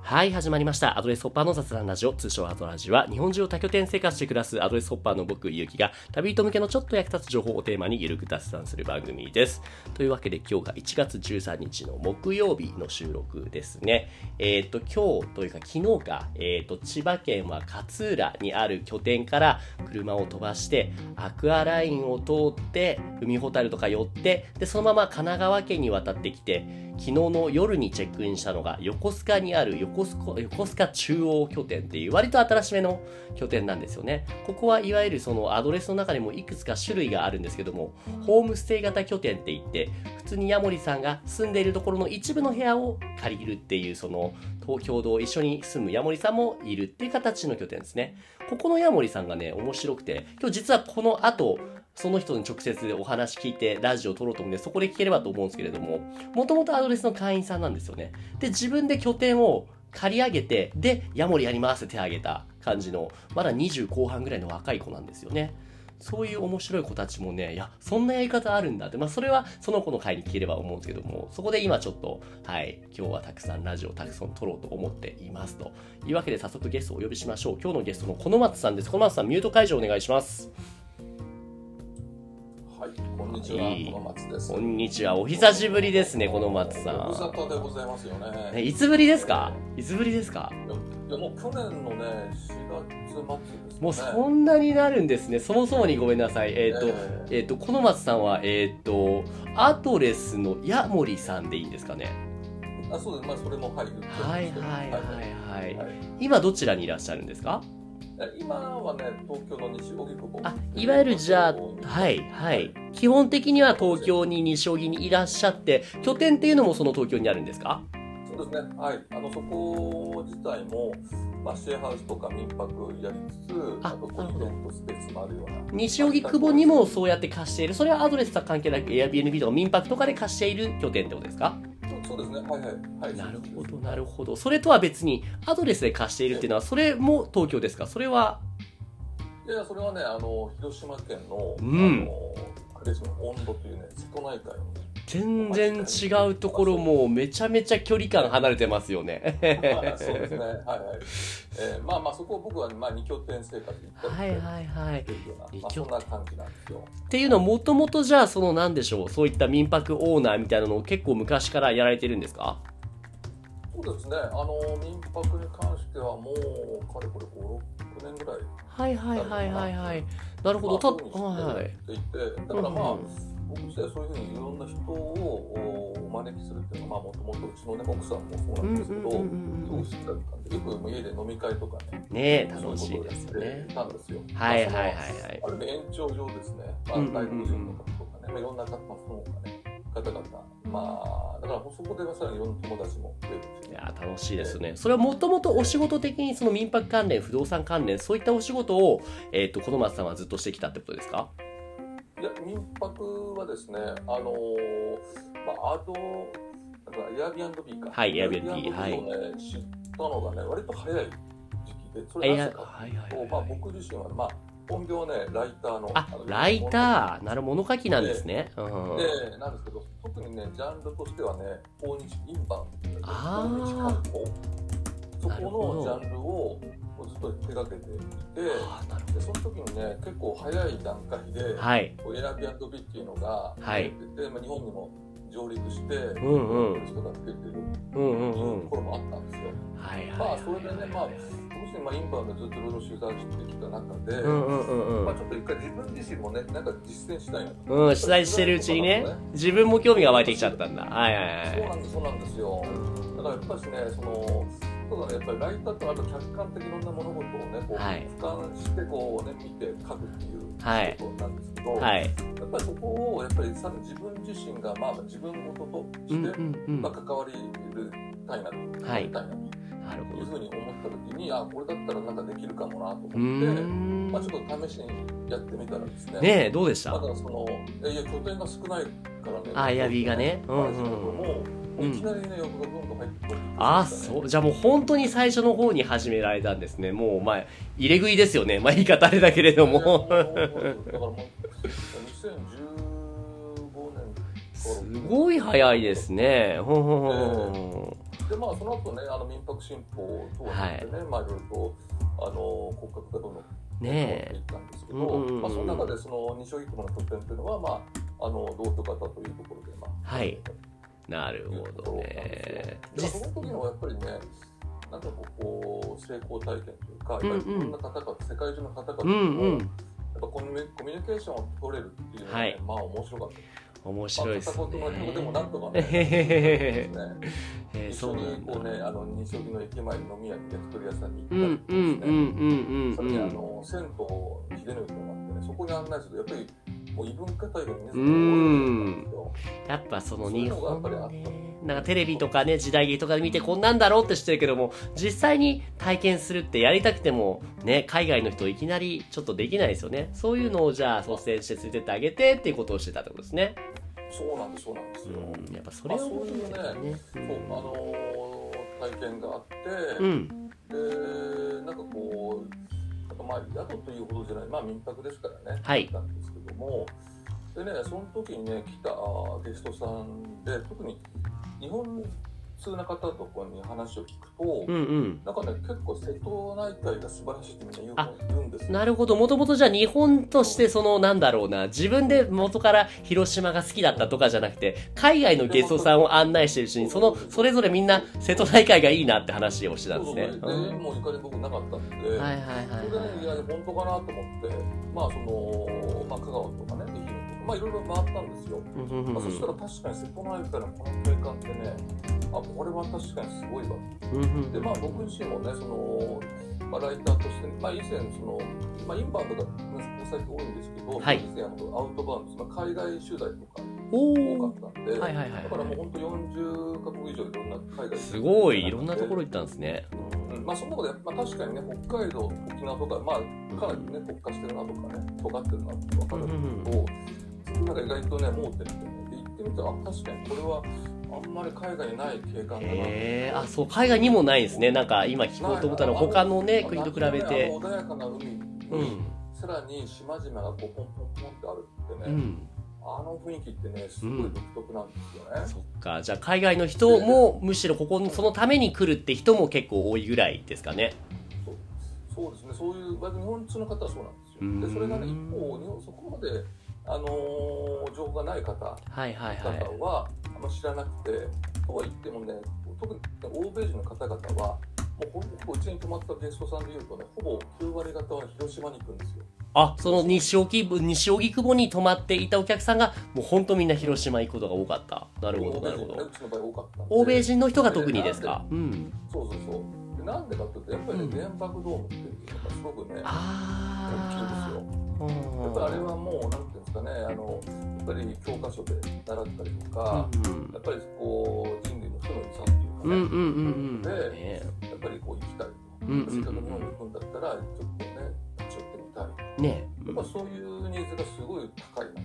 はい、始まりました。アドレスホッパーの雑談ラジオ、通称アドラジは、日本中を多拠点生活して暮らすアドレスホッパーの僕、ゆうきが、旅人向けのちょっと役立つ情報をテーマにゆるく雑談する番組です。というわけで、今日が1月13日の木曜日の収録ですね。今日というか昨日か、千葉県は勝浦にある拠点から車を飛ばして、アクアラインを通って、海ほたるとか寄って、で、そのまま神奈川県に渡ってきて、昨日の夜にチェックインしたのが横須賀にある横須賀中央拠点っていう割と新しめの拠点なんですよね。ここはいわゆるそのアドレスの中でもいくつか種類があるんですけども、ホームステイ型拠点って言って、普通にヤモリさんが住んでいるところの一部の部屋を借りるっていう、その共同一緒に住むヤモリさんもいるっていう形の拠点ですね。ここのヤモリさんがね、面白くて、今日実はこの後、その人に直接お話聞いてラジオを撮ろうと思うんで、そこで聞ければと思うんですけれども、もともとアドレスの会員さんなんですよね。で、自分で拠点を借り上げて、で、ヤモリやりますって手を挙げた感じの、まだ20後半ぐらいの若い子なんですよね。そういう面白い子たちもね、いや、そんなやり方あるんだって、それはその子の会に聞ければ思うんですけども、そこで今ちょっと、はい、今日はたくさんラジオをたくさん撮ろうと思っていますというわけで早速ゲストをお呼びしましょう。今日のゲストのこの松さんです。この松さん、ミュート解除お願いします。 こんにちは、この松です。 こんにちは、お久しぶりですね、この松さん。 ご無沙汰でございますよね。 いつぶりですか？いつぶりですか？ いやもう去年のね、4月末ですね。 もうそんなになるんですね。そもそもにごめんなさい。この松さんは、アドレスのヤモリさんでいいんですかね？ あ、そうです。それも入る。 はいはいはいはい。今どちらにいらっしゃるんですか？ 今はね、東京の西荻窪。 いわゆるじゃあ、はいはい。基本的には東京に西荻にいらっしゃって、拠点っていうのもその東京にあるんですか？ そうですね。はい。そこ自体も、シェアハウスとか民泊やりつつ、あとイベントスペースもあるような。 西荻窪にもそうやって貸している。それはアドレスとは関係なく Airbnb とか民泊とかで貸している拠点ってことですか？ そうですね。はいはいはい。 なるほどなるほど。それとは別にアドレスで貸しているっていうのはそれも東京ですか？それは。 いやそれはね広島県のあれですよ、温度というね瀬戸内海の全然違うところもめちゃめちゃ距離感離れてますよね。 そうですね。はいはい。そこを僕は2拠点生活で行ったりそんな感じなんですよ。 っていうのはもともとじゃあそのなんでしょう、そういった民泊オーナーみたいなのを結構昔からやられてるんですか？ そうですね。民泊に関してはもうかれこれ5、6年ぐらい。 はい。なるほど。 はい。だから僕自体そういうふうにいろんな人をお招きするっていうのはもともとうちのね奥さんもそうなんですけど、すごく好きだったんで、よく家で飲み会とかね楽しいですよね。 たんですよ。 はい。 ある延長上ですね。外国人の方とかね、いろんな方々だからそこでさらにいろんな友達も増えるし、 いや楽しいですね。それはもともとお仕事的にその民泊関連、不動産関連、そういったお仕事をこの松さんはずっとしてきたってことですか？ いや民泊はですねAirbnb か。 はい、Airbnb はい。知ったのがね割と早い時期で、それなぜか僕自身は本業はねライターのライターなる物書きなんですね。 なんですけど、特にねジャンルとしてはね訪日インバウンド、訪日観光、そこのジャンルをずっと手掛けていて、でその時にね結構早い段階で、Airbnb っていうのが出てて、日本にも上陸して、人が増えてるところもあったんですよ。それでねインバウンドずっといろいろ取材してきた中で、ちょっと一回自分自身もねなんか実践したいなと。 取材してるうちにね、自分も興味が湧いてきちゃったんだ。 そうなんですよ。だからやっぱりねやっぱりライターとあと客観的いろんな物事をね俯瞰して見て書くっていうことなんですけど、やっぱりそこをやっぱりさらに自分自身が自分事として関わりたいなというふうに思った時にこれだったらなんかできるかもなと思ってちょっと試しにやってみたらですね。 どうでした？ だから拠点が少ないからね。 エアビーがね。 いきなりね欲がどんどん入ってくる。 そうじゃあもう本当に最初の方に始められたんですね。もう入れ食いですよね。言い方あれだけれども。 だからもう2015年すごい早いですね。 でまあその後ね民泊新法等によってね、まあいろいろと骨格がどんどんねいったんですけど、まあその中でその西荻窪の拠点というのはまあ同居型というところでまあはいなるほどね。 その時のやっぱりねなんかこう成功体験というか、いろんな方々世界中の方々とやっぱコミュニケーションを取れるっていうのはね、まあ面白かった。 面白いですね。 片言の人でもなんとかね、一緒にこうね西荻の駅前に飲み屋に焼き鳥屋さんに行ったりとかですね、それに銭湯秀則となってね、そこに案内するとやっぱりもう異文化体が皆さんやっぱその日本ね、なんかテレビとかね時代劇とかで見てこんなんだろうって知ってるけども、実際に体験するってやりたくてもね海外の人いきなりちょっとできないですよね。そういうのをじゃあ率先してついてってあげてっていうことをしてたってことですね。 そうなんですよ。 やっぱそれをそういうね、体験があって、でなんかこうまあ宿というほどじゃない、まあ民泊ですからね、 はい、 なんですけども、でねその時にね来たゲストさんで特に日本通な方とこに話を聞くと、なんかね結構瀬戸内海が素晴らしいってみんな言うんですよ。 なるほど。もともとじゃあ日本としてそのなんだろうな、自分で元から広島が好きだったとかじゃなくて、海外のゲストさんを案内してるうちにそれぞれみんな瀬戸内海がいいなって話をしてたんですね。 でもうゆかり僕なかったんで、それでねいや本当かなと思って、まあ香川とかね愛媛とかまあいろいろ回ったんですよ。そしたら確かに瀬戸内海のこの景観ってね、これは確かにすごいわ。でまあ僕自身もねライターとして、まあ、以前インバウンドが最近多いんですけど、以前アウトバウンド、海外取材とか多かったんで、だからもう本当40カ国以上いろんな海外すごいいろんなところ行ったんですね。 まあその中で、確かにね北海道沖縄とかまあかなりね特化してるなとかね尖ってるなって分かるんですけど、なんか意外とね盲点で行ってみたら確かにこれはあんまり海外にない景観だな。 そう海外にもないですね。なんか今聞こうと思ったのは他のね国と比べて穏やかな海に、さらに島々がこうポンポンポンってあるってね、あの雰囲気ってねすごい独特なんですよね。 そっか、じゃあ海外の人もむしろここそのために来るって人も結構多いぐらいですかね。 そうですね。そういう日本通の方はそうなんですよ。でそれがね一方そこまで情報がない方はあんま知らなくて、とは言ってもね、特に欧米人の方々はもうほぼうちに泊まったゲストさんでいうとね、ほぼ9割方は広島に行くんですよ。 その西荻窪に泊まっていたお客さんがもう本当みんな広島行くことが多かった。なるほどなるほど。 うちの場合多かったんで。 欧米人の人が特にですか。 そうでなんでかというとやっぱりね、原爆ドームっていうのがすごくね大きいんですよ。やっぱりあれはもうなんていうんですかね、やっぱり教科書で習ったりとか、やっぱりこう人類の負の遺産っていうかね、やっぱりこう行きたいと、せっかく日本に行くんだったらちょっとね立ち寄ってみたいね、やっぱそういうニーズがすごい高いなと。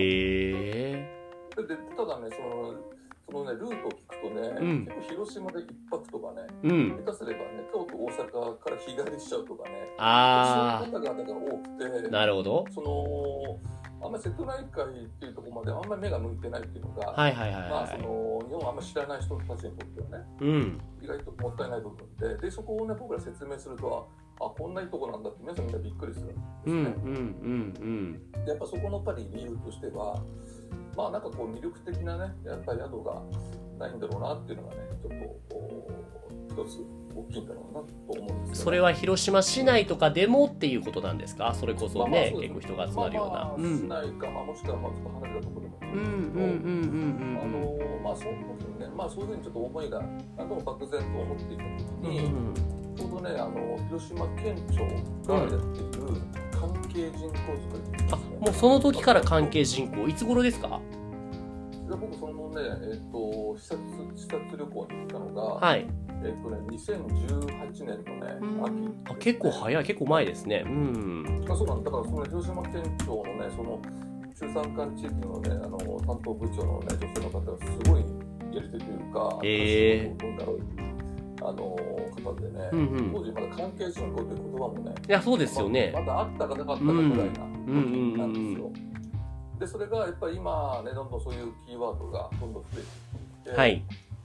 でただねそのねルートを聞くとね、結構広島で1泊とかね、下手すればね京都大阪から日帰りしちゃうとかね、そういう方々が多くて、 なるほど。 あんまり瀬戸内海っていうところまであんまり目が向いてないっていうのが、日本をあんまり知らない人たちにとってはね、意外ともったいない部分で、そこをね僕ら説明するとこんないいとこなんだって皆さんみんなびっくりするんですね。やっぱそこのやっぱり理由としては、まあなんかこう魅力的なねやっぱり宿がないんだろうなっていうのがね、ちょっと一つ大きいんだろうなと思うんですよね。 それは広島市内とかでもっていうことなんですか。それこそね、結構人が集まるような。 市内か、もしくはちょっと離れたところでもいいんですけど、その時にね、そういうふうにちょっと思いが何度も漠然と思っていた時に、ちょうどね広島県庁がやっている関係人口づくり、 もうその時から関係人口いつ頃ですか。 僕そのね視察旅行に行ったのが、2018年のね秋、 結構早い、結構前ですね。 そうなんだ。からその広島県庁のね中山間地域のね担当部長のね女性の方がすごいやり手というか、文化の方でね、当時まだ関係人口という言葉もね、 いやそうですよね、 まだあったかなかったかぐらいな時なんですよ。でそれがやっぱり今ねどんどんそういうキーワードがどんどん増えてきて、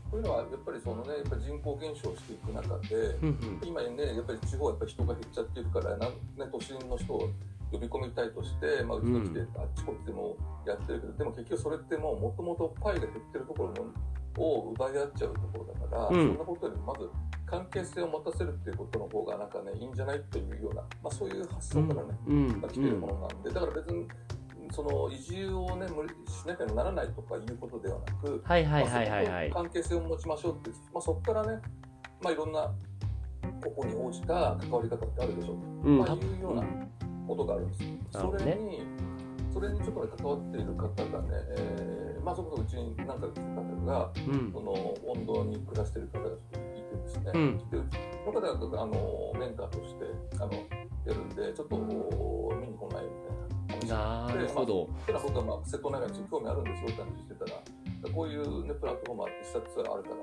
こういうのはやっぱりそのね、やっぱり人口減少していく中で、今ね、やっぱり地方はやっぱり人が減っちゃってるからね、都心の人を呼び込みたいとして、うちに来てあっちこっちでもやってるけど、でも結局それってもともとパイが減ってるところを奪い合っちゃうところだから、そんなことよりまず関係性を持たせるっていうことの方がなんかねいいんじゃないっていうような、そういう発想からね、来てるものなんで、だから別にその移住をね無理しなきゃならないとかいうことではなく、関係性を持ちましょうって、そこからね、いろんなここに応じた関わり方ってあるでしょう、いうようなことがあるんですよ。それにちょっとね関わっている方がね、そこそうちに何か来てる方が、その温度に暮らしている方がいてですね、でその方がメンターとしてやるんで、ちょっと見に来ないみたいな。 なるほど。 僕は瀬戸内海に興味あるんですよって話してたら、こういう、ね、プラットフォームあって視察ツアーあるから、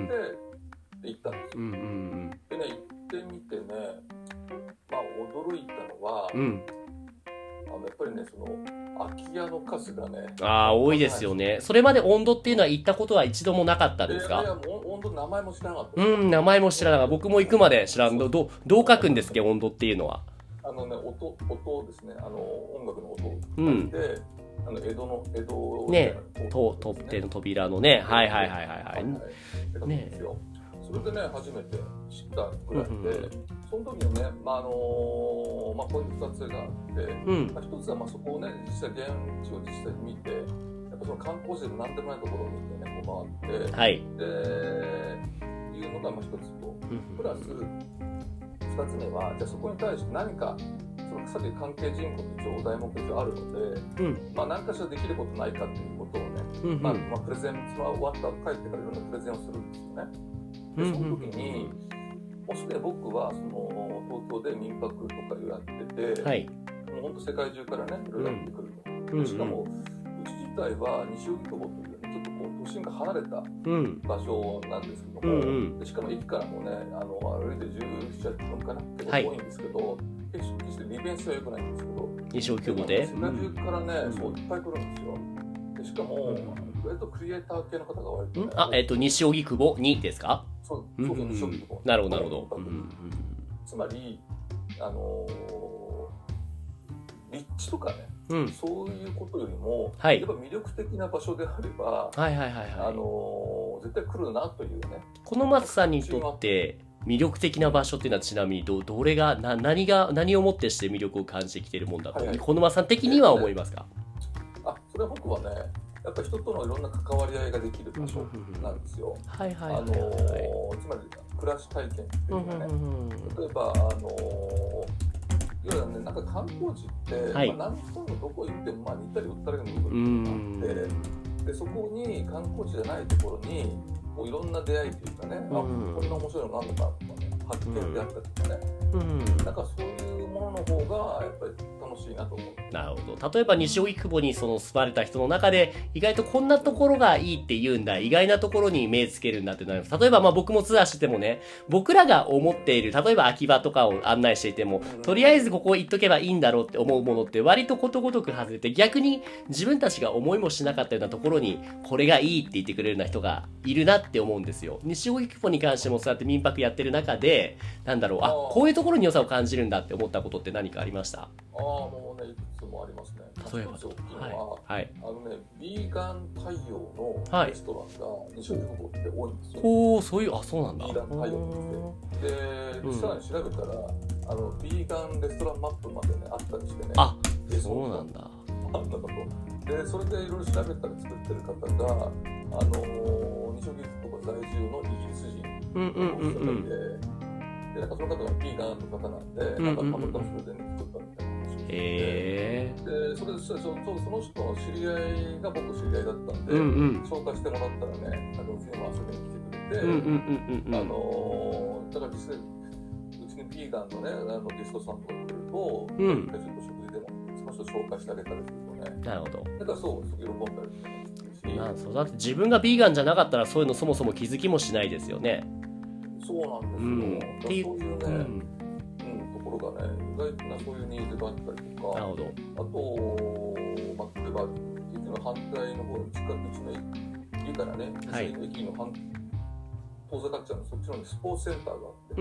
で行ったんですよ。でね、行ってみてね、驚いたのは、やっぱりね、その空き家の数がね、 多いですよね。それまで温度っていうのは行ったことは一度もなかったんですか？ いや温度名前も知らなかった。 名前も知らなかった。僕も行くまで知らん。どう書くんですっけ、温度っていうのは。 音ですね、音楽の音で、江戸ね、取っ手の扉のね、ね、 それでね初めて知ったくらいで、その時にね、こういう2つがあって、一つはそこをね実際現地を実際に見て、やっぱその観光地でも何でもないところを見てねこう回って、でいうのが一つと、プラス2つ目は、じゃあそこに対して何かそのさっき関係人口って一応お題目標あるので、何かしらできることないかっていうことをね、プレゼン、その終わった後帰ってからいろんなプレゼンをするんですよね。でその時にもしね僕はその東京で民泊とかやってて、もう本当世界中からねいろいろやってくると、しかもうち自体は西荻窪というねちょっとこう都心が離れた場所なんですけども、でしかも駅からもね歩いて17分かな結構遠いんですけど、決して利便性は良くないんですけど、 西荻窪で世界中からね、そういっぱい来るんですよ。でしかもクリエイター系の方が割とね、 西荻窪にですか？ そう西荻窪。 なるほどなるほど。 つまり立地とかね、そういうことよりも、やっぱ魅力的な場所であれば、絶対来るなというね。 この松さんにとって魅力的な場所っていうのはちなみにどれが何をもってして魅力を感じてきているもんだと、この松さん的には思いますか？ それは僕はね、やっぱり人とのいろんな関わり合いができる場所なんですよ。つまり暮らし体験っていうかね、例えばいわゆるね、なんか観光地って、何ともどこ行っても似たり寄ったりの部分があって、でそこに観光地じゃないところにこういろんな出会いというかね、こんな面白いのがあるのかとかね、発見であったりとかね、なんかそういうものの方がやっぱり楽しいなと思う。 なるほど。例えば西荻窪に住まれた人の中で意外とこんなところがいいって言うんだ、意外なところに目つけるんだってなります。例えば僕もツアーしててもね、僕らが思っている例えば秋葉とかを案内していても、とりあえずここ行っとけばいいんだろうって思うものって割とことごとく外れて、逆に自分たちが思いもしなかったようなところにこれがいいって言ってくれるような人がいるなって思うんですよ。西荻窪に関してもそうやって民泊やってる中で、こういうところに良さを感じるんだって思ったことって何かありました？ もうね、いくつもありますね。 例えば大きいのは、ビーガン太陽のレストランが西荻窪って多いんですよ。 そういう、そうなんだ。 ビーガン太陽ってで、さらに調べたらビーガンレストランマップまでねあったりしてね。 そうなんだ。 あったかと。でそれでいろいろ調べたり作ってる方が西荻窪在住のイギリス人の方で、なんかその方がビーガンの方なんで、なんかたまたまそれで作ったみたいな話をしてて、でその人の知り合いが僕知り合いだったんで、紹介してもらったらね、うちにも遊びに来てくれて、だから実際うちにビーガンのねゲストさんとか来ると、ちょっと食事でもその人紹介してあげたりするとね、なるほど。だからそう喜んだりとかするし、 だって自分がビーガンじゃなかったらそういうのそもそも気づきもしないですよね。 そうなんですよ。そういうね、ところがね、意外とそういうニーズがあったりとか、あと、例えば駅の反対の方にうちの家からね、駅の反大阪っちゃうのそっちのスポーツセンターがあって、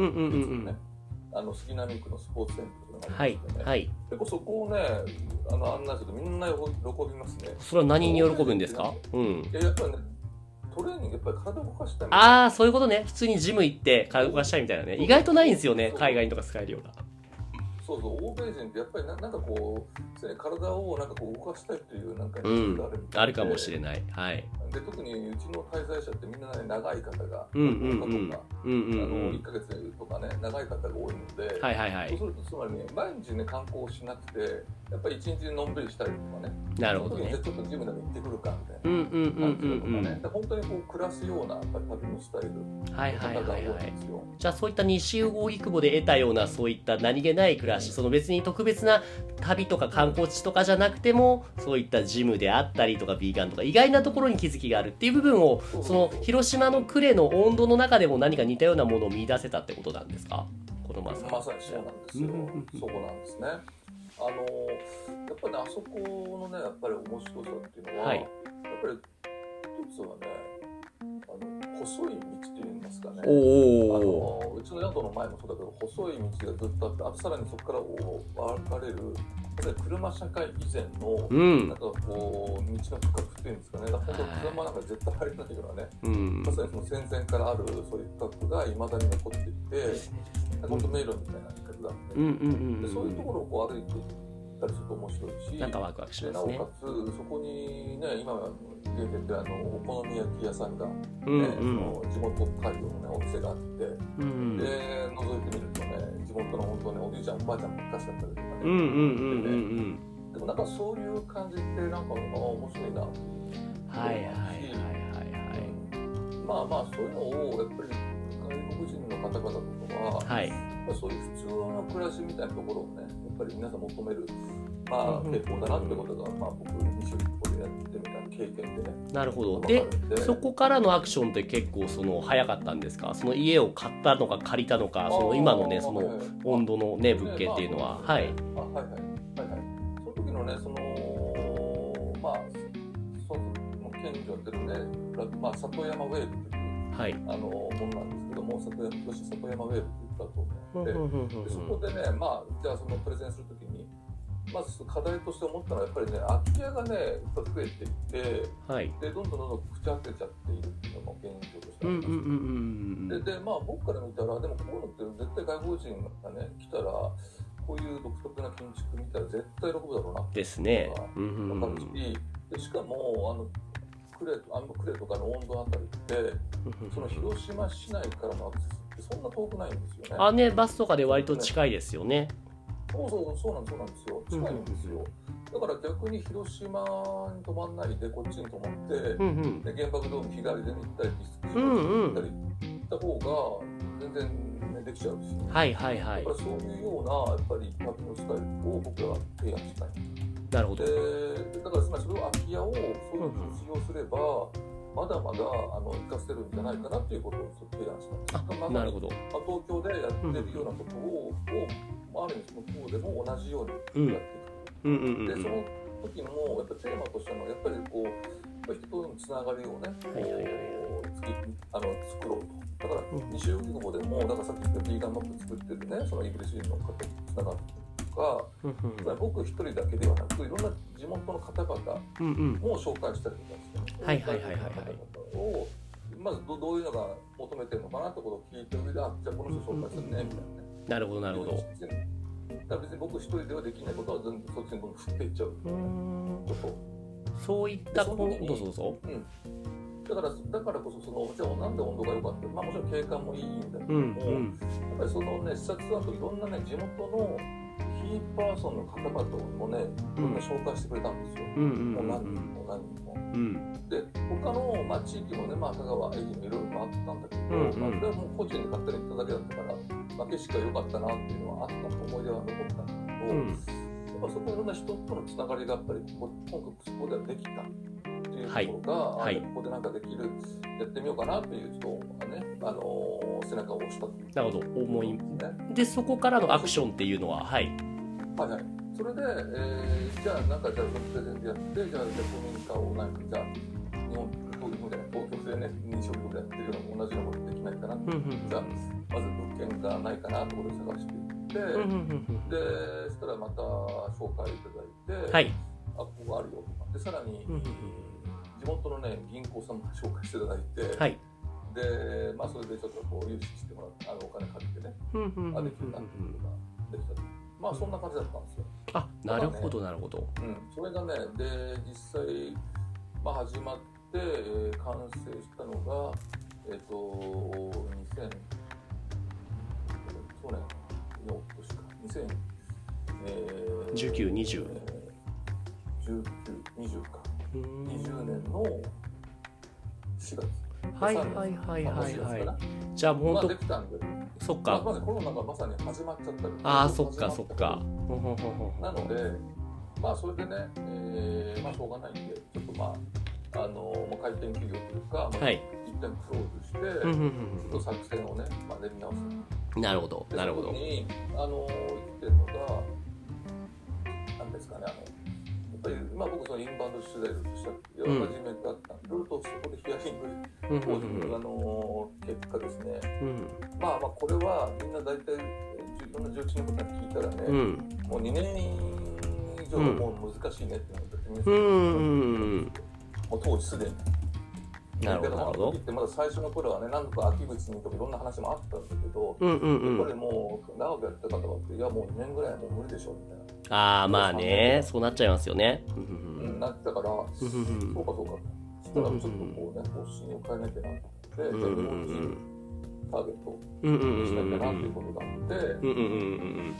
杉並区のスポーツセンターがありましてね、はいはい、結構そこをね案内するとみんな喜びますね。 それは何に喜ぶんですか？ やっぱりねトレーニングやっぱり体を動かしたい。 ああ、そういうことね。普通にジム行って体を動かしたいみたいなね。意外とないんですよね、海外とか使えるような。 そうそう、欧米人ってやっぱりなんかこう常に体をなんかこう動かしたいっていうなんかあるかもしれない。はい。 で特にうちの滞在者ってみんなね長い方が10日とか1ヶ月とかね長い方が多いので、 はいはいはい。 そうするとつまりね毎日ね観光しなくてやっぱり一日のんびりしたりとかね。 なるほどね。 ちょっとジムでも行ってくるかみたいな感じとかね。本当にこう暮らすようなやっぱり旅のスタイルの方が多いんですよ。 じゃあそういった西魚幾保で得たようなそういった何気ない暮らし、その別に特別な旅とか観光地とかじゃなくてもそういったジムであったりとかビーガンとか意外なところに気づきがあるっていう部分をその広島の呉の温度の中でも何か似たようなものを見出せたってことなんですか？このまさにそうなんですよ。そこなんですね。やっぱりねあそこのねやっぱり面白さっていうのは、はい、やっぱり一つはね細い道っていうんですかね。うちの宿の前もそうだけど細い道がずっとあって、あとさらにそこから分かれる車社会以前の、なんかこう道の区画っていうんですかね。本当に車なんか絶対入れないようなね、まさにその戦前からあるそういう区画がいまだに残っていて、本当迷路みたいな区画があって、そういうところをこう歩いていったりすると面白いし、 なんかワクワクしますね。 なおかつそこにね今家でお好み焼き屋さんが、その地元北海道の、ね、お店があって、で覗いてみるとね地元の本当におじいちゃんおばあちゃんの昔だったりとかね、でもなんかそういう感じってなんか面白いなっていう。まあそういうのをやっぱり外国人の方々とかは、そういう普通の暮らしみたいなところをねやっぱり皆さん求める傾向だなってことが、僕一緒にここでやってみた経験でね。 なるほど。でそこからのアクションって結構早かったんですか？その家を買ったのか借りたのか、その今のねその温度のね物件っていうのは、はい。 その時のねその県庁やってるね里山ウェーブというものなんですけども、里山ウェーブというプラットフォームがあって、そこでねじゃあそのプレゼンする時にまず課題として思ったのはやっぱりね空き家がね増えていって、でどんどん朽ち果てちゃっているっていうのが現状としてありまして、で僕から見たらでもこういうのって絶対外国人がね来たらこういう独特な建築見たら絶対喜ぶだろうなってですね。 分かるし、でしかも呉とかの温度あたりってその広島市内からのアクセスってそんな遠くないんですよね。 バスとかで割と近いですよね。 そうなんですよ。近いんですよ。だから逆に広島に泊まんないでこっちに泊まって、で原爆ドーム日帰りで行ったり行ったり行った方が全然、ね、できちゃうし、だからそういうようなやっぱり旅のスタイルを僕らは提案したい。 なるほど。 だからつまりそれを空き家をそういうふうに活用すれば、まだまだ活かせるんじゃないかなということを提案したんです。 なるほど。 東京でやってるようなことをある意味向こうでも同じようにやっていく。でその時もやっぱテーマとしてのやっぱりこう人とのつながりをね作ろうと。だから西荻窪でもだからさっき言ったビーガンマップ作ってるねそのイギリス人の方とつながって僕一人だけではなくいろんな地元の方々も紹介したりとかしてをまずどういうのが求めてるのかなってことを聞いて上でじゃあこの人紹介するねみたいなね。 なるほどなるほど。 だから別に僕一人ではできないことは全部そっちに振っていっちゃうそういったことだからこそじゃあなんで温度が良かった、もちろん景観もいいんだけども、やっぱりそのね視察だといろんなね地元のキーパーソンの方々をね、紹介してくれたんですよ。もう何人も。で他の地域もね香川愛媛いろいろ回ったんだけど、それはもう個人で勝手に行っただけだったから景色が良かったなっていうのはあった思い出は残ったんだけど、やっぱそこいろんな人とのつながりがやっぱり今回そこではできたっていうところが、ここでなんかできるやってみようかなっていう人がね背中を押したっていう。 なるほど思いでそこからのアクションっていうのはそれで、じゃあそのプレゼンでやってじゃあ古民家をじゃあ日本で東京でね西荻窪でやってるような同じようなことできないかなないかなところで探していって、でそしたらまた紹介いただいて、 はい、 ここがあるよとかで、さらに地元のね銀行さんも紹介していただいて、 はい、 でそれでちょっとこう融資してもらって、お金借りてね、できるなっていうことができた。そんな感じだったんですよ。 あ、なるほどなるほど。 それがね、で実際始まって完成したのが2000去年の年か、 19、20、 19、20か、20年の4月。 はいはいはいはいはい。じゃあもう本当、 できたんで、 そっか。 コロナがまさに始まっちゃった。 ああ、そっかそっか。 なので、それでね、しょうがないんで、ちょっと開店企業というか、 はい、 一旦クローズして、ちょっと作戦をね、練り直す。 なるほど、なるほど。 そこに言ってるのが、なんですかね、やっぱり僕そのインバウンド取材としていろいろ初めてあったんで、いろいろとそこでヒアリングを結果ですね、これはみんな大体いろんな重鎮の方に聞いたらね、もう2年以上もう難しいねっていうのがもう当時すでに。 なるほど。 まだ最初の頃はね、なんとか秋口にとかいろんな話もあったんだけど、やっぱりもう長くやってた方はって、いやもう2年ぐらいはもう無理でしょみたいな。 そうなっちゃいますよね。 なってたから、そうかそうか。そしたらちょっとこうね、方針を変えなきゃなと思って、じゃあ日本人ターゲットにしなきゃなっていうことがあって、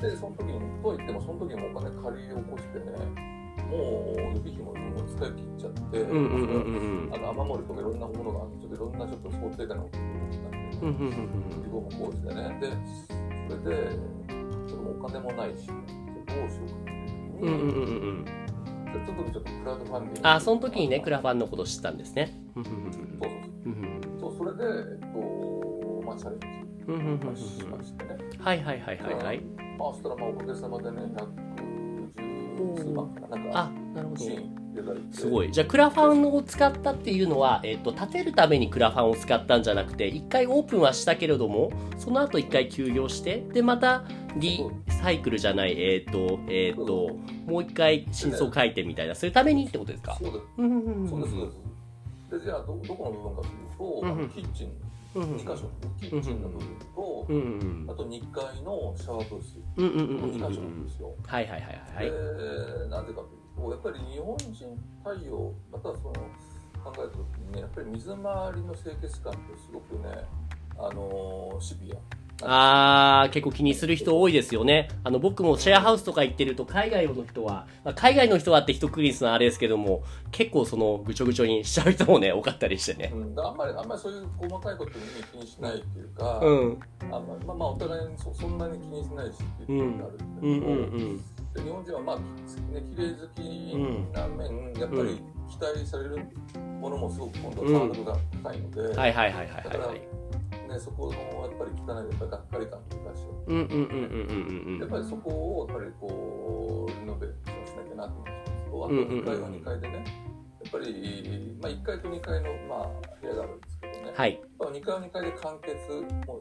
で、その時に、とはいってもその時にもお金借り起こしてね、もう予備費も使い切っちゃって、雨漏りとかいろんなものがあって、いろんなちょっと想定外のことになって、自分もこうしてね、で、それで、ちょっともうお金もないし、どうしようかっていう時に、ちょっとクラウドファンディング。 その時にね、クラファンのこと知ったんですね。 そう、それで、チャレンジしましてね。 はいはいはいはいはい。 そしたらおかげさまでね、110数万かな。 なるほど。 すすごい。じゃあクラファンを使ったっていうのは、建てるためにクラファンを使ったんじゃなくて、一回オープンはしたけれども、その後一回休業して、でまたリサイクルじゃない、もう一回真相回転みたいな、そういうためにってことですか？ そうです。そうです。で、じゃあどこの部分かというと、キッチン2箇所、キッチンの部分と、あと2階のシャワーブース、2箇所なんですよ。 はいはいはいはい。 なぜかというと、やっぱり日本人対応、またその考えたときにね、やっぱり水回りの清潔感ってすごくね、シビア。 結構気にする人多いですよね。僕もシェアハウスとか行ってると海外の人は、海外の人はって一括りにするのはあれですけども、結構そのぐちょぐちょにしちゃう人もね多かったりしてね。 あんまりそういう細かいことに気にしないっていうか、お互いにそんなに気にしないしっていうのがあるんだけど、日本人は綺麗好きな面、やっぱり期待されるものもすごく今度はハードルが高いので、だからそこのやっぱり汚いがっかり感というかしやっぱりそこをやっぱりこうリノベーションしなきゃなと思ってあと1階は2階でね、やっぱり、1階と2階の、部屋があるんですけどね、2階は2階で完結も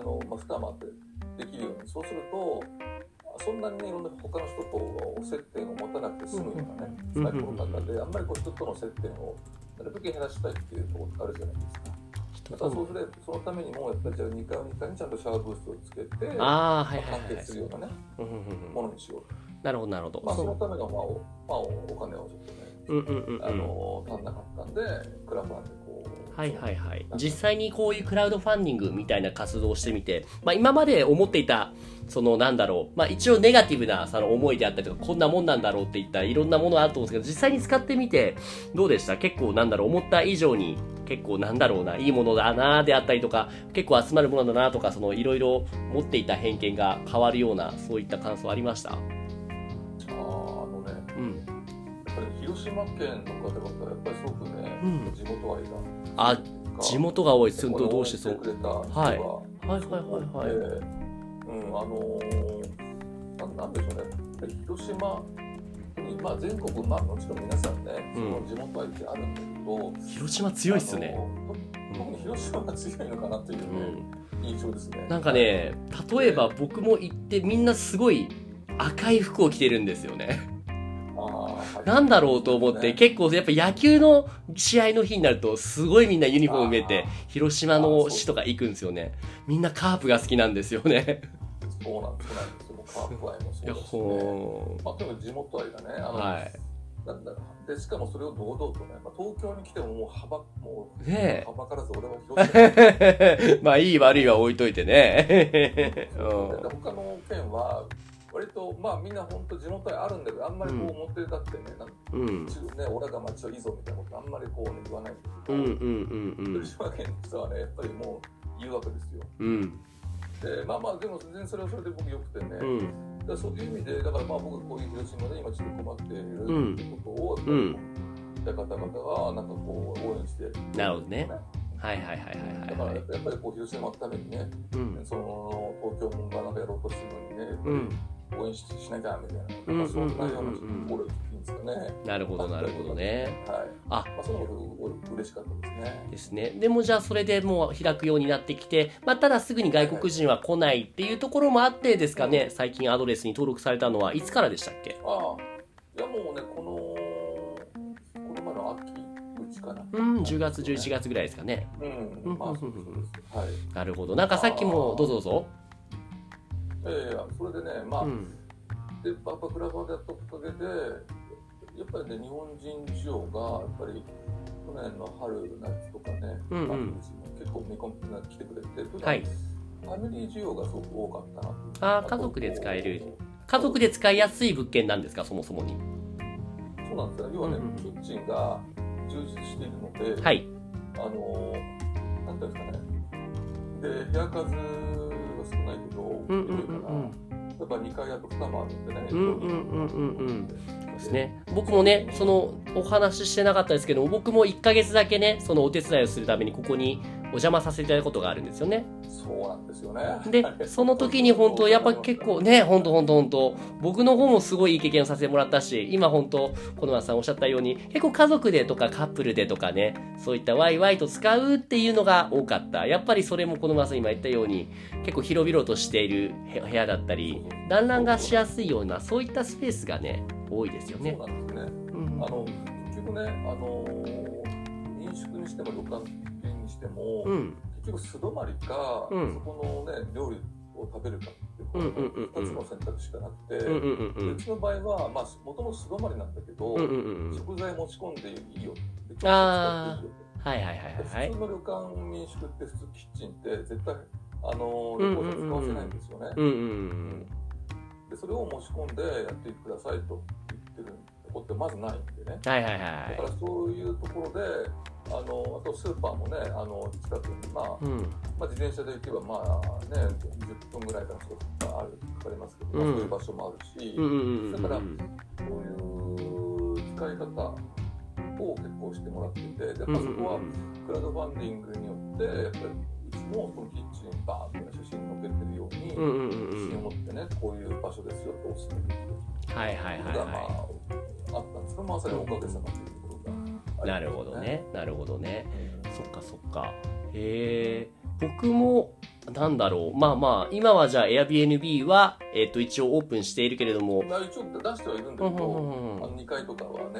2間ってできるように、そうするとそんなにねいろんな他の人と接点を持たなくて済むようなね、サイクルの中であんまり人との接点をなるべく減らしたいっていうところがあるじゃないですか。だからそのためにもやっぱりじゃあ2階は2階にちゃんとシャワーブースをつけて完結するようなねものにしよう。 なるほどなるほど。 そのためのお金をちょっとね足んなかったんでクラファンでこう。 実際にこういうクラウドファンディングみたいな活動をしてみて、今まで思っていたその一応ネガティブなその思いであったりとか、こんなもんなんだろうっていったいろんなものがあると思うんですけど、実際に使ってみてどうでした？結構思った以上に結構いいものだなであったりとか、結構集まるものだなとか、そのいろいろ持っていた偏見が変わるようなそういった感想ありました？ 広島県の方々はやっぱりすごくね、地元愛が地元が多い。どうしてそう？ なんでしょうね。広島全国もちろん皆さんね、その地元愛ってあるんだけど、 広島強いっすね。 特に広島が強いのかなというね、印象ですね。 なんかね、例えば僕も行ってみんなすごい赤い服を着てるんですよね。なんだろうと思って、結構やっぱ野球の試合の日になるとすごいみんなユニフォーム見えて広島の市とか行くんですよね。みんなカープが好きなんですよね。 そうなんですよ。カープ愛もそうですね。まあ、とにかく地元愛がね、はい。でしかもそれを堂々とね、まあ、東京に来てももうはばからず俺は広島まあいい悪いは置いといてね。 他の県は割とまあみんな本当地元愛あるんだけど、あんまりこう表立ってね、俺が町をいいぞみたいなことあんまりこうね言わないんですけど、広島県の人はねやっぱりもう言うわけですよ。でまあでも全然それはそれで僕よくてね、そういう意味でだからまあ僕こういう広島で今ちょっと困っているってことをやっぱり方々はなんかこう応援してなるほどね。はいはいはいはい。 だからやっぱりこう広島のためにね、その東京もなんかやろうとしてるのにね、応援しなきゃみたいな、そんなようなところでいいんですかね。 なるほどなるほどね。 はい。まあそのこと嬉しかったですね。 ですね。でもじゃあそれでもう開くようになってきて、まあただすぐに外国人は来ないっていうところもあってですかね。最近アドレスに登録されたのはいつからでしたっけ？ いやもうねこの前の秋口かな。 10月11月ぐらいですかね。なるほど。なんかさっきもどうぞ。 それでね、まあ、でやっぱクラブでやったおかげで、やっぱりね、日本人需要が、やっぱり去年の春、夏とかね、結構見込みが来てくれて、ファミリー需要がすごく多かったなと。 家族で使える。家族で使いやすい物件なんですか、そもそもに。 そうなんですよ。要はね、キッチンが充実しているので、なんていうんですかね、で、部屋数少ないけど、やっぱ2階あと2間あるんでね。 ですね。僕もね、そのお話ししてなかったですけども、僕も1ヶ月だけね、そのお手伝いをするためにここにお邪魔させていただくことがあるんですよね。 そうなんですよね。 で、その時に本当やっぱ結構ね、本当僕の方もすごいいい経験をさせてもらったし、今本当小沼さんおっしゃったように、結構家族でとかカップルでとかね、そういったワイワイと使うっていうのが多かった。やっぱりそれも小沼さん今言ったように、結構広々としている部屋だったり、団らんがしやすいような、そういったスペースがね、多いですよね。 そうなんですね。結局ね、民宿にしても旅館にしても、結局素泊まりか、そこのね料理を食べるかっていう2つの選択しかなくて、うちの場合はまあもともと素泊まりなんだけど、食材持ち込んでいいよって使っていいよ。普通の旅館民宿って普通キッチンって絶対旅行者使わせないんですよね。でそれを持ち込んでやってくださいと言ってるとこってまずないんでね。だからそういうところであとスーパーもね近くにまあ自転車で行けばまあね10分ぐらいからかかりますけど、そういう場所もあるし、だからそういう使い方を結構してもらっていて、でそこはクラウドファンディングによってやっぱりうちもそのキッチンバーンって写真載っけてるように自信を持ってねこういう場所ですよとお勧めできるっていうのがまああったんですけど、まあそれはおかげさまというところがありますね。 なるほどね、なるほどね。そっかそっか。僕もなんだろう、まあ今はじゃあ Airbnb は一応オープンしているけれども、 一応出してはいるんだけど、2階とかはね、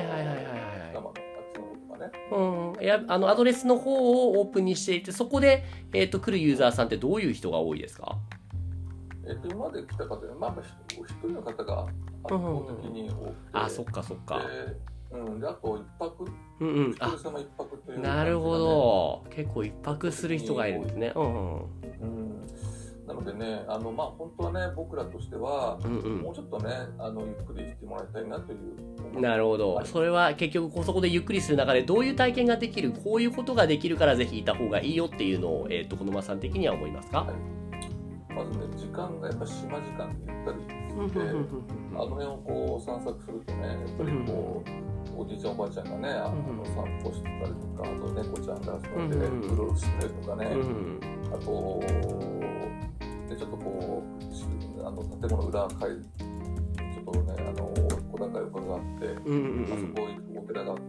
アドレスの方をオープンにしていて、そこで来るユーザーさんってどういう人が多いですか？ 今まで来た方で、まあ一人の方が圧倒的に多くて、 そっかそっか。 であと一泊、一人様一泊という、 なるほど。結構一泊する人がいるんですね。 なのでね、まあ本当はね、僕らとしては、もうちょっとね、ゆっくりしてもらいたいなという。 なるほど。それは結局そこでゆっくりする中でどういう体験ができる、こういうことができるからぜひいた方がいいよっていうのを小沼さん的には思いますか？ まずね、時間がやっぱ島時間でゆったりして、あの辺をこう散策するとね、やっぱりこう、おじいちゃんおばあちゃんがね、散歩してたりとか、あと猫ちゃんがそこでうろうろしてたりとかね、あとでちょっとこう建物裏階ちょっとね小高い丘があって、あそこ行くお寺があってね、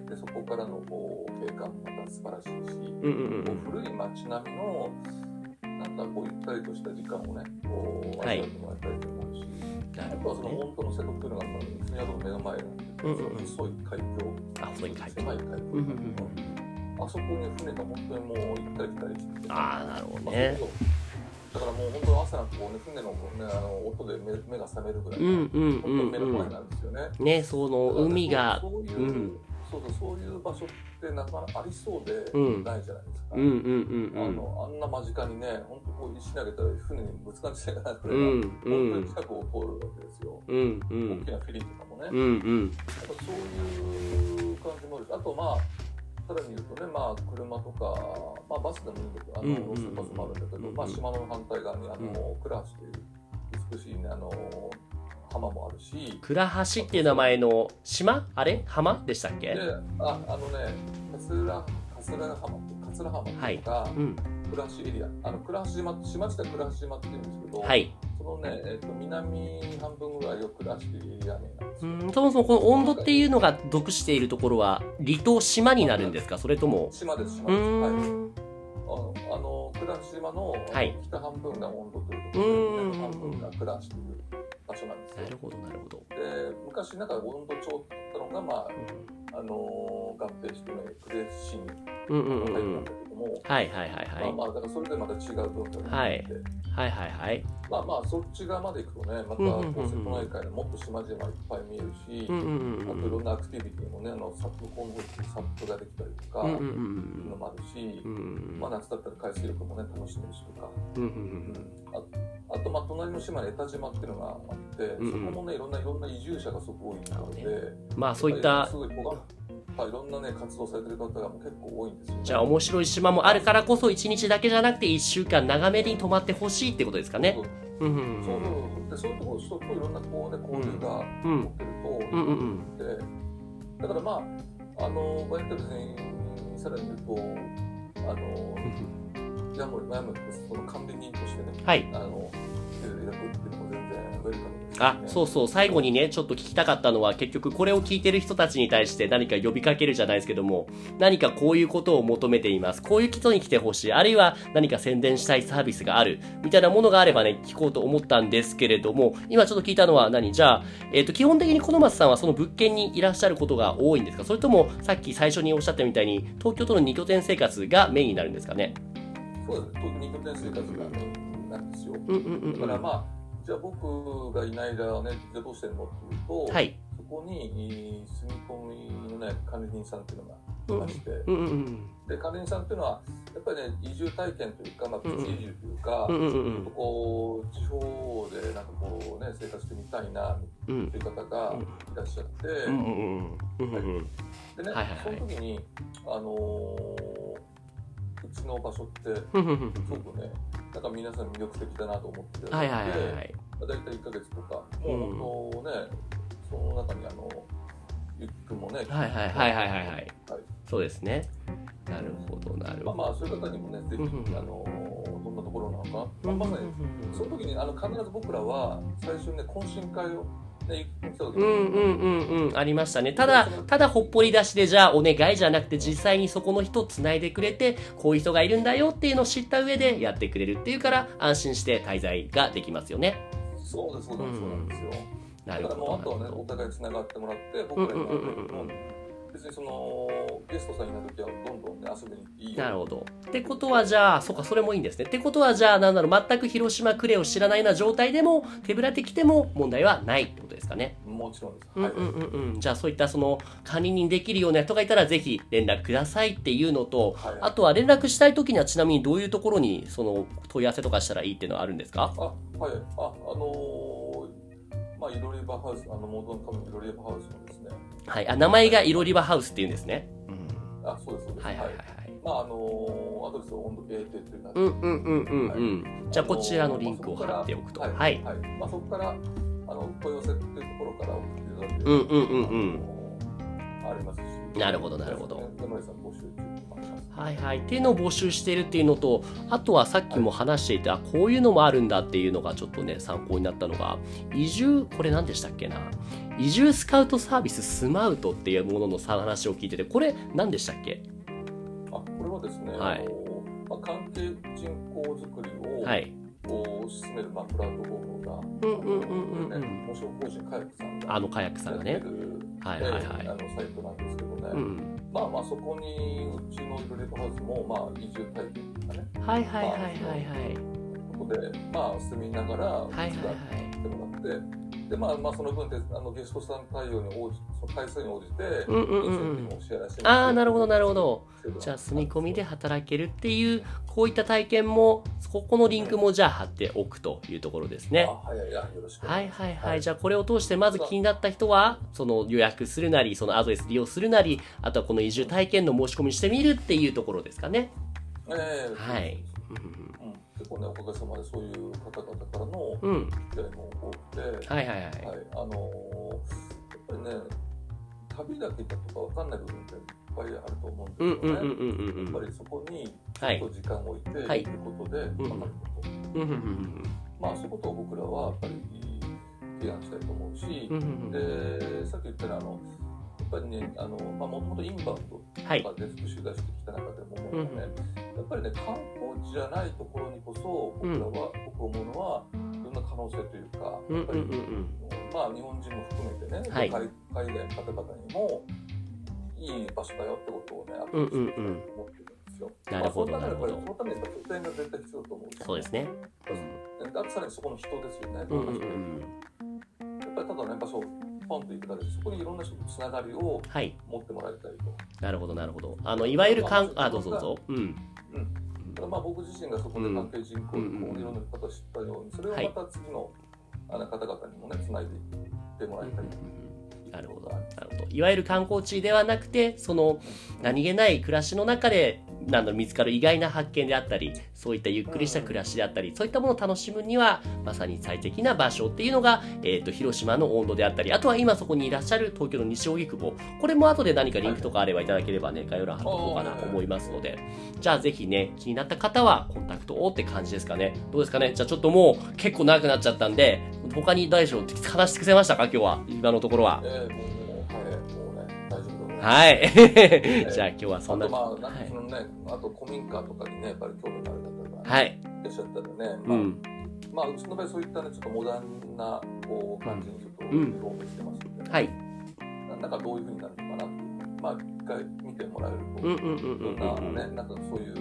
でそこからのこう景観もまた素晴らしいし、古い街並みのなんかこうゆったりとした時間をねこう味わってもらいたいと思うし、あとはその本当の瀬戸っていうのが船宿の目の前なんで、細い海峡、狭い海峡、あそこに船が本当にもう行ったり来たりして、 なるほどね。 だからもう本当に朝なんかこうね船のね音で目が覚めるぐらい、本当に目の前なんですよね。 ね、その海がそういう場所ってなかなかありそうでないじゃないですか。あんな間近にね、本当こう石投げたら船にぶつかっちゃうからくらい本当に近くを通るわけですよ。大きなフェリーとかもね。そういう感じもあるし、あとまあさらに言うとね、まあ車とか、まあバスでもいいんだけど、路線バスもあるんだけど、まあ島の反対側に倉橋という美しいね浜もあるし、 倉橋っていう名前の島、あれ浜でしたっけ？ で、桂浜とか、倉橋エリア、倉橋島自体倉橋島って言うんですけど、そのね、南半分ぐらいを倉橋エリア名なんですよ。 そもそもこの温度っていうのが属しているところは離島島になるんですか？それとも島です。倉橋島の北半分が温度というところで、南半分が倉橋という場所なんですよ。 なるほどなるほど。 で、昔なんか温度帳って言ったのがまあ合併してね呉市に入ったんだけども、まあだからそれでまた違う文化になって、まあそっち側まで行くとね、また瀬戸内海のもっと島々いっぱい見えるし、あといろんなアクティビティもね、サップ今後サップができたりとかいうのもあるし、まあ夏だったら海水浴もね楽しめるしとか、あとまあ隣の島に江田島っていうのがあって、そこもねいろんな移住者がすごく多いので、 まあそういったすごいいろんなね活動されてる方が結構多いんですよね。 じゃあ面白い島もあるからこそ1日だけじゃなくて1週間長めに泊まってほしいってことですかね。 そういうところ人といろんなこうね交流が持ってると、だからまあ割とですね、さらに言うとヤモリその管理人としてね、いただくっていうのも全然ウェルカムですね。 そう最後にねちょっと聞きたかったのは、結局これを聞いてる人たちに対して何か呼びかけるじゃないですけども、何かこういうことを求めています、こういう人に来てほしい、あるいは何か宣伝したいサービスがあるみたいなものがあればね聞こうと思ったんですけれども、今ちょっと聞いたのはじゃあ、基本的に小野松さんはその物件にいらっしゃることが多いんですか？それともさっき最初におっしゃったみたいに東京との2拠点生活がメインになるんですかね？ そうです、2拠点生活がメインなんですよ。だからまあじゃあ僕がいない間ね、じゃあどうしてんのっていうと、そこに住み込みのね管理人さんっていうのがいまして、で管理人さんっていうのはやっぱりね移住体験というか、まあプチ移住というか、ちょっとこう地方でなんかこうね生活してみたいなっていう方がいらっしゃって、でね、その時にうちの場所ってすごくね、なんか皆さん魅力的だなと思っていただいて、だいたい1ヶ月とか、もう本当ね、その中にゆっくんもね、 そうですね。なるほどなるほど。 まあそういう方にもね、ぜひどんなところなのか、まさにその時に必ず僕らは最初にね懇親会をありましたね。ただほっぽり出しでじゃあお願いじゃなくて、実際にそこの人をつないでくれて、こういう人がいるんだよっていうのを知った上でやってくれるっていうから、安心して滞在ができますよね。 そうですそうなんですよ。だからもうあとはねお互いつながってもらって、僕ら今別にそのゲストさんいない時はどんどんね遊びに行っていいよ。 なるほど。ってことはじゃあ、それもいいんですね。ってことはじゃあ全く広島呉を知らないような状態でも手ぶらで来ても問題はないってことですかね。 もちろんです。 じゃあそういった管理人できるような人がいたらぜひ連絡くださいっていうのと、あとは連絡したい時にはちなみにどういうところに問い合わせとかしたらいいっていうのはあるんですか？ まあ、イロリバハウス、元の株のイロリバハウスのですね。 名前がイロリバハウスっていうんですね。 そうです。まあ、アドレスは温度 AT っていう感じで。 じゃあ、こちらのリンクを貼っておくと。 まあ、そこから、問い合わせっていうところから送っていただけるありますし。 なるほど。 山根さん募集中にします。 はいはい。っていうのを募集しているっていうのと、あとはさっきも話していて、こういうのもあるんだっていうのがちょっとね、参考になったのが、これ何でしたっけな。移住スカウトサービススマウトっていうものの話を聞いてて、これ何でしたっけ？ これはですね、 はい、 関係人口づくりを、 はい、 進める、プラットフォームが、無償法人カヤックさんが、 カヤックさんがね、はいはいはい、 サイトなんですけどね、そこにうちのイルレットハウスも、移住体験とかね、 はいはいはいはいはい、 ここで、住みながら手伝ってもらって、でその分でゲストさん対応に応じその回数に応じてお支払いしてなるほどなるほど。じゃあ住み込みで働けるっていうこういった体験もここのリンクもじゃあ貼っておくというところですね。はいはいはい。じゃあこれを通してまず気になった人はその予約するなりそのアドレス利用するなりあとはこの移住体験の申し込みしてみるっていうところですかね。はい。 結構ね、おかげさまでそういう方々からの期待も多くて、やっぱりね、旅だけだとか分かんない部分っていっぱいあると思うんですよね。やっぱりそこにちょっと時間を置いていることで分かること。そういうことを僕らはやっぱり提案したいと思うし、で、さっき言ったらやっぱりね、もともとインバウンドとかでデスク取材してきた中でも思うのはね、やっぱりね、観光地じゃないところにこそ、僕思うのは、いろんな可能性というか、やっぱり、日本人も含めてね、海外の方々にも、いい場所だよってことをね、アピールしていきたいと思ってるんですよ。 なるほど、なるほど。 そのために拠点が絶対必要だと思うし、 そうですね。 あとさらにそこの人ですよね。やっぱりただね、場所ポンと行くだけでそこにいろんな人とつながりを持ってもらいたいと。 なるほどなるほど。いわゆるどうぞどうぞ。 僕自身がそこで関係人口でいろんな方を知ったように、それをまた次の方々にもねつないでいってもらいたい。 なるほどなるほど。いわゆる観光地ではなくてその何気ない暮らしの中で見つかる意外な発見であったりそういったゆっくりした暮らしであったりそういったものを楽しむにはまさに最適な場所っていうのが、広島の温度であったりあとは今そこにいらっしゃる東京の西荻窪これも後で何かリンクとかあればいただければね概要欄貼っておこうかなと思いますのでじゃあぜひね気になった方はコンタクトをって感じですかね。どうですかね。じゃあちょっともう結構長くなっちゃったんで他に大丈夫話し尽くせましたか今日は今のところは。はい。じゃあ今日はそんな。 あと古民家とかにね、やっぱり興味がある方がいらっしゃったらね、うちの場合そういったね、ちょっとモダンな感じにちょっとリフォームしてますので、なんかどういう風になるのかなっていう、一回見てもらえると、いろんなね、なんかそういう、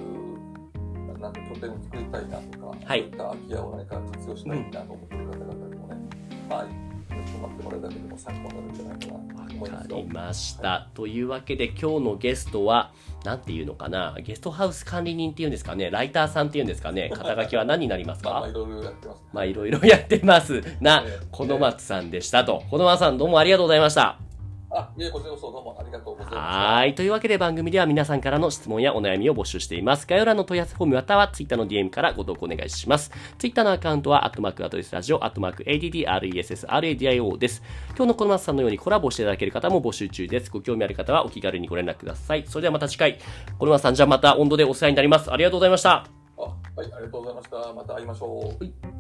なんか拠点を作りたいなとか、そういった空き家を何か活用したいなと思っている方々にもね、止まってもらうだけでも参考になるんじゃないかなと思いますよ。 わかりました。というわけで今日のゲストはなんていうのかなゲストハウス管理人っていうんですかねライターさんっていうんですかね肩書きは何になりますか？ いろいろやってます。 いろいろやってますなこの松さんでしたと。この松さんどうもありがとうございました。 いえこちらこそどうもありがとうございました。 はい。というわけで番組では皆さんからの質問やお悩みを募集しています。概要欄の問い合わせフォームまたは Twitter の DM からご投稿お願いします。Twitter のアカウントはアドレスラジオ@ADDRESSRADIO です。今日のこの松さんのようにコラボしていただける方も募集中です。ご興味ある方はお気軽にご連絡ください。それではまた次回。この松さんじゃあまた温度でお世話になります。ありがとうございました。 はい、ありがとうございました。また会いましょう。